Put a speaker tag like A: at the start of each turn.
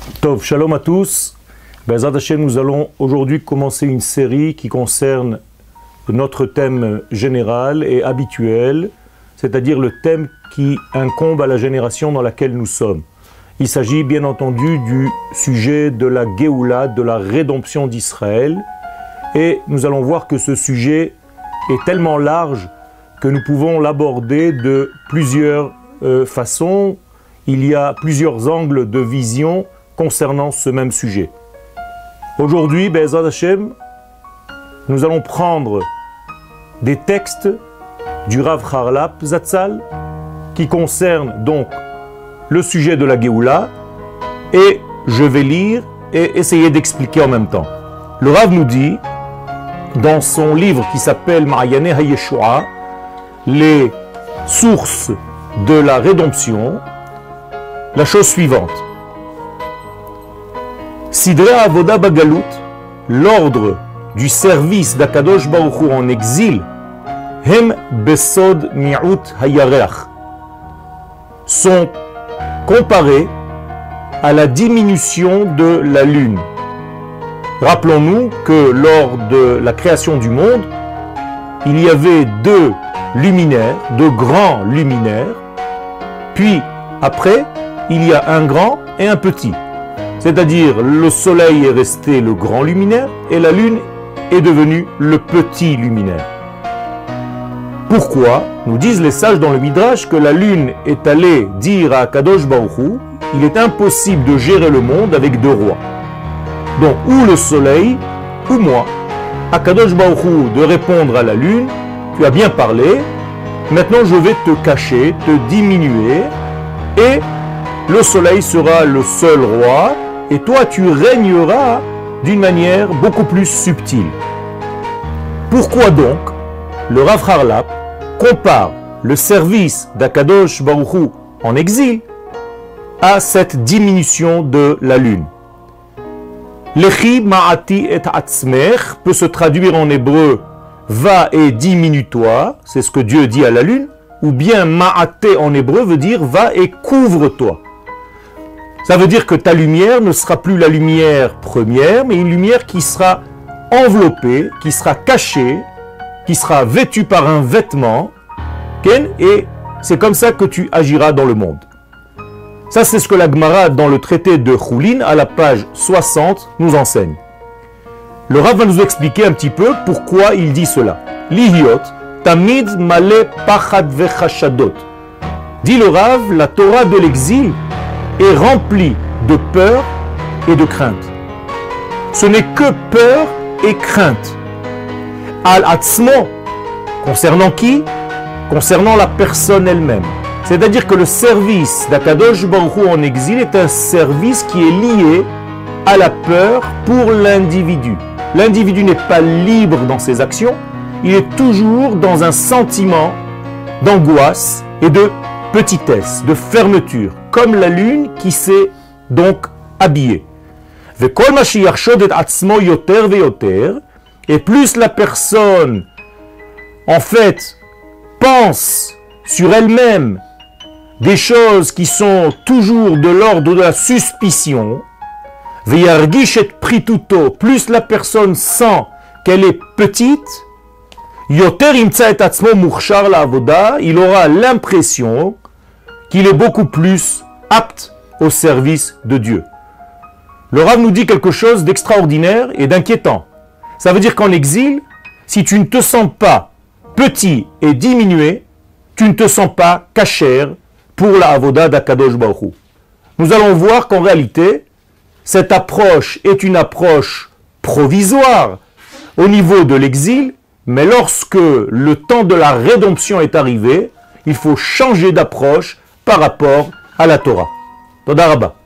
A: Tov, shalom à tous. Be'ezrat Hashem, nous allons aujourd'hui commencer une série qui concerne notre thème général et habituel, c'est-à-dire le thème qui incombe à la génération dans laquelle nous sommes. Il s'agit bien entendu du sujet de la Géoula, de la rédemption d'Israël. Et nous allons voir que ce sujet est tellement large que nous pouvons l'aborder de plusieurs façons. Il y a plusieurs angles de vision concernant ce même sujet. Aujourd'hui, Be'ezrat Hashem, nous allons prendre des textes du Rav Harlap Zatzal qui concernent donc le sujet de la Géoula et je vais lire et essayer d'expliquer en même temps. Le Rav nous dit dans son livre qui s'appelle Ma'ayane HaYeshua, les sources de la rédemption, la chose suivante. Sidre Avoda Bagalut, l'ordre du service d'Akadosh Baruch Hu en exil, Hem Besod Mi'ut Hayareach, sont comparés à la diminution de la lune. Rappelons-nous que lors de la création du monde, il y avait deux luminaires, deux grands luminaires, puis après, il y a un grand et un petit. C'est-à-dire, le soleil est resté le grand luminaire et la lune est devenue le petit luminaire. Pourquoi? Nous disent les sages dans le Midrash que la lune est allée dire à Kadosh Baruch Hu, il est impossible de gérer le monde avec deux rois. Donc, ou le soleil, ou moi. À Kadosh Baruch Hu de répondre à la lune, tu as bien parlé, maintenant je vais te cacher, te diminuer, et le soleil sera le seul roi, et toi tu régneras d'une manière beaucoup plus subtile. Pourquoi donc le Rav Harlap compare le service d'Akadosh Baruch Hu en exil à cette diminution de la lune? Lechi ma'ati et atzmech peut se traduire en hébreu va et diminue-toi, c'est ce que Dieu dit à la lune, ou bien ma'ate en hébreu veut dire va et couvre-toi. Ça veut dire que ta lumière ne sera plus la lumière première, mais une lumière qui sera enveloppée, qui sera cachée, qui sera vêtue par un vêtement, et c'est comme ça que tu agiras dans le monde. Ça, c'est ce que la Gemara, dans le traité de Choulin, à la page 60, nous enseigne. Le Rav va nous expliquer un petit peu pourquoi il dit cela. Lihiot, tamid male pachad vechashadot. Dit le Rav, la Torah de l'exil est remplie de peur et de crainte. Ce n'est que peur et crainte. Al-Atzmo, concernant qui? Concernant la personne elle-même. C'est-à-dire que le service d'Akadosh Baruch Hu en exil est un service qui est lié à la peur pour l'individu. L'individu n'est pas libre dans ses actions, il est toujours dans un sentiment d'angoisse et de petitesse, de fermeture, comme la lune qui s'est donc habillée. Et plus la personne, en fait, pense sur elle-même des choses qui sont toujours de l'ordre de la suspicion, plus la personne sent qu'elle est petite, il aura l'impression qu'il est beaucoup plus apte au service de Dieu. Le Rav nous dit quelque chose d'extraordinaire et d'inquiétant. Ça veut dire qu'en exil, si tu ne te sens pas petit et diminué, tu ne te sens pas kasher pour la avoda d'Akadosh Baruch Hu. Nous allons voir qu'en réalité, cette approche est une approche provisoire au niveau de l'exil, mais lorsque le temps de la rédemption est arrivé, il faut changer d'approche par rapport à la Torah. Toda Rabba.